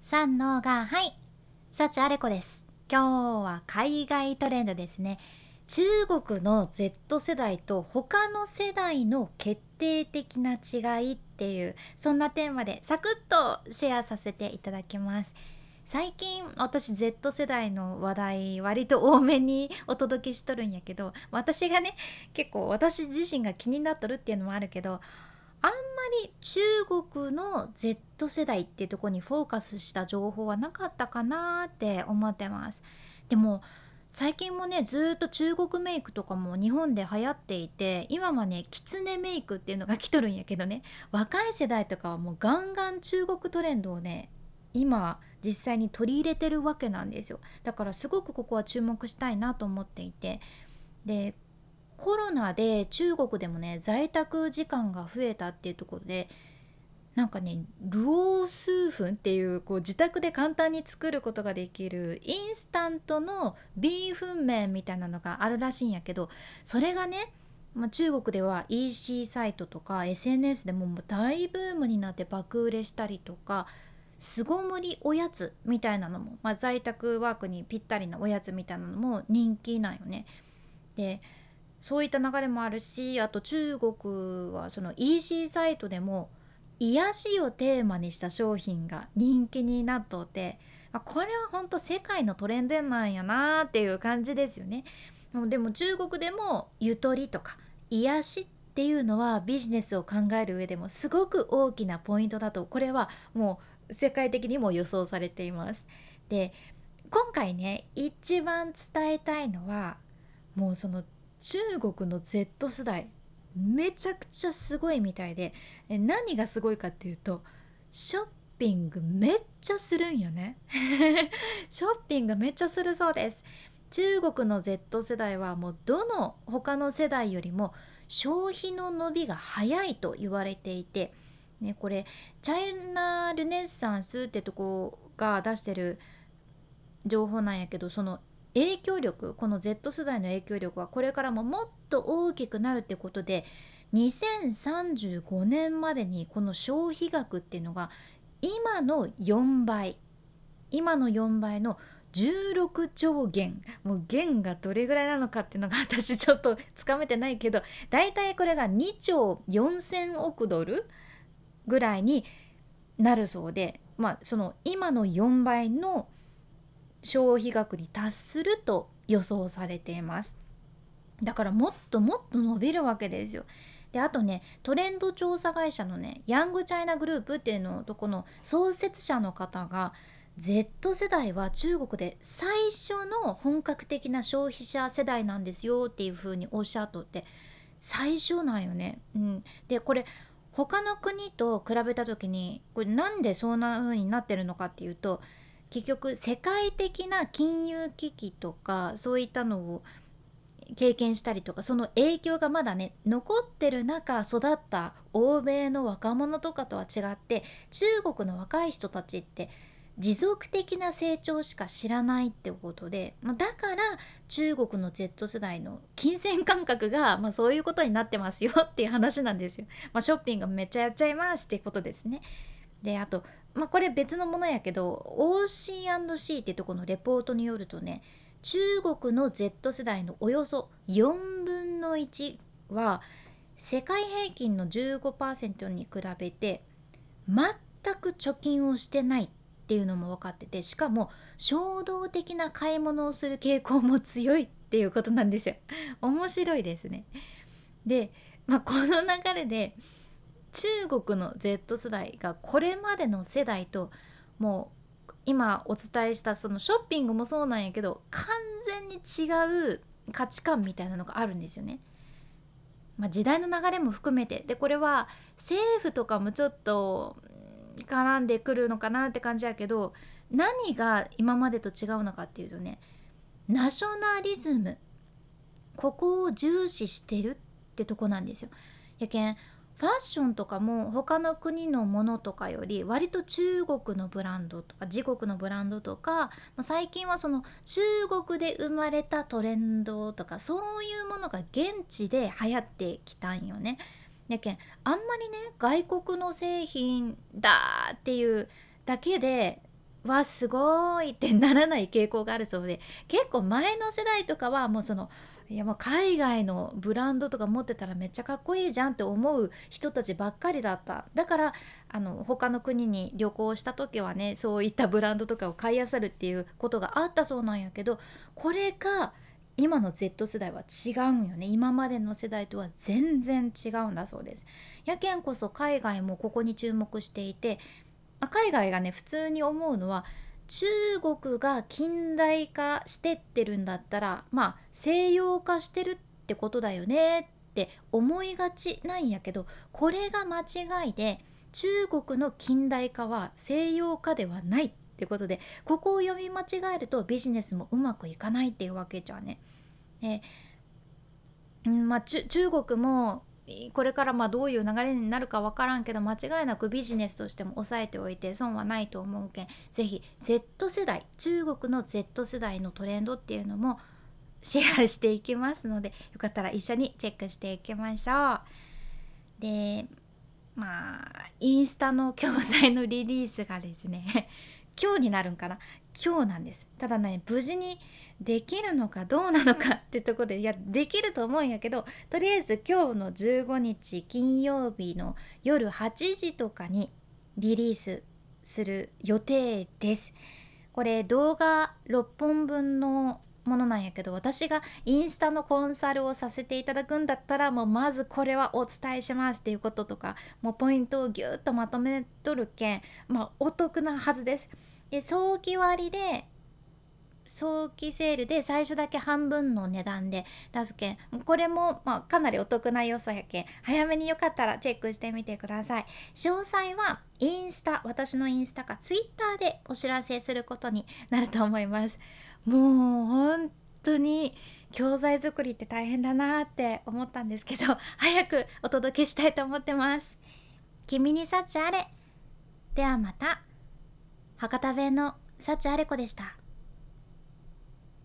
三のがはい、幸あれ子です。今日は海外トレンドですね。中国の Z 世代と他の世代の決定的な違いっていう、そんなテーマでサクッとシェアさせていただきます。最近私 Z 世代の話題割と多めにお届けしとるんやけど、私がね結構私自身が気になっとるっていうのもあるけど、あんまり中国の Z 世代っていうところにフォーカスした情報はなかったかなって思ってます。でも最近もねずっと中国メイクとかも日本で流行っていて、今はねキツネメイクっていうのが来とるんやけどね、若い世代とかはもうガンガン中国トレンドをね今実際に取り入れてるわけなんですよ。だからすごくここは注目したいなと思っていて、でコロナで中国でもね在宅時間が増えたっていうところで、なんかねルオースーフンっていう、自宅で簡単に作ることができるインスタントのビーフン麺みたいなのがあるらしいんやけど、それがね、中国では EC サイトとか SNS でもう大ブームになって爆売れしたりとか、巣ごもりおやつみたいなのも、在宅ワークにぴったりなおやつみたいなのも人気なんよね。でそういった流れもあるし、あと中国はその EC サイトでも癒しをテーマにした商品が人気になっとって、これは本当世界のトレンドなんやなっていう感じですよね。でも中国でもゆとりとか癒しっていうのはビジネスを考える上でもすごく大きなポイントだと、これはもう世界的にも予想されています。で今回ね一番伝えたいのは、もうその中国の Z 世代めちゃくちゃすごいみたいで、何がすごいかっていうと、ショッピングめっちゃするんよね。ショッピングめっちゃするそうです。中国の Z 世代はもうどの他の世代よりも消費の伸びが早いと言われていて、ね、これチャイナルネッサンスってとこが出してる情報なんやけど、その影響力、この Z 世代の影響力はこれからももっと大きくなるってことで、2035年までにこの消費額っていうのが今の4倍、今の4倍の16兆元、もう元がどれぐらいなのかっていうのが私ちょっとつかめてないけど、だいたいこれが2兆4000億ドルぐらいになるそうで、その今の4倍の消費額に達すると予想されています。だからもっともっと伸びるわけですよ。であとね、トレンド調査会社のねヤングチャイナグループっていうのとこの創設者の方が、 Z 世代は中国で最初の本格的な消費者世代なんですよっていう風におっしゃっとって、最初なんよね。でこれ他の国と比べた時に、これなんでそんな風になってるのかっていうと、結局世界的な金融危機とかそういったのを経験したりとか、その影響がまだね残ってる中育った欧米の若者とかとは違って、中国の若い人たちって持続的な成長しか知らないってことで、だから中国の Z 世代の金銭感覚が、そういうことになってますよっていう話なんですよ。ショッピングめっちゃやっちゃいますってことですね。であと、これ別のものやけど OC&C っていうところのレポートによるとね、中国の Z 世代のおよそ4分の1は世界平均の 15% に比べて全く貯金をしてないっていうのも分かってて、しかも衝動的な買い物をする傾向も強いっていうことなんですよ。面白いですね。で、この流れで中国の Z 世代がこれまでの世代と、もう今お伝えしたそのショッピングもそうなんやけど、完全に違う価値観みたいなのがあるんですよね。時代の流れも含めて、でこれは政府とかもちょっと絡んでくるのかなって感じやけど、何が今までと違うのかっていうとね、ナショナリズム、ここを重視してるってとこなんですよ。やけんファッションとかも他の国のものとかより割と中国のブランドとか自国のブランドとか、最近はその中国で生まれたトレンドとかそういうものが現地で流行ってきたんよね。やけんあんまりね外国の製品だっていうだけでわすごいってならない傾向があるそうで、結構前の世代とかはもういやもう海外のブランドとか持ってたらめっちゃかっこいいじゃんって思う人たちばっかりだった。だから他の国に旅行した時はね、そういったブランドとかを買い漁るっていうことがあったそうなんやけど、これが今の Z 世代は違うんよね。今までの世代とは全然違うんだそうです。やけんこそ海外もここに注目していて、海外がね普通に思うのは、中国が近代化してってるんだったら西洋化してるってことだよねって思いがちなんやけど、これが間違いで、中国の近代化は西洋化ではないってことで、ここを読み間違えるとビジネスもうまくいかないっていうわけじゃね。で、中国もこれからどういう流れになるか分からんけど、間違いなくビジネスとしても抑えておいて損はないと思うけん、ぜひ Z 世代、中国の Z 世代のトレンドっていうのもシェアしていきますので、よかったら一緒にチェックしていきましょう。で、インスタの教材のリリースがですね今日になるんかな、今日なんです。ただね、無事にできるのかどうなのかってとこで、いやできると思うんやけど、とりあえず今日の15日金曜日の夜8時とかにリリースする予定です。これ動画6本分のものなんやけど、私がインスタのコンサルをさせていただくんだったら、もうまずこれはお伝えしますっていうこととか、もうポイントをギュッとまとめとるけん、お得なはずです。で、早期セールで最初だけ半分の値段で出すけん、これもかなりお得な要素やけん、早めによかったらチェックしてみてください。詳細は私のインスタかツイッターでお知らせすることになると思います。もう本当に教材作りって大変だなって思ったんですけど、早くお届けしたいと思ってます。君に幸あれ。ではまた。博多弁の幸あれ子でした。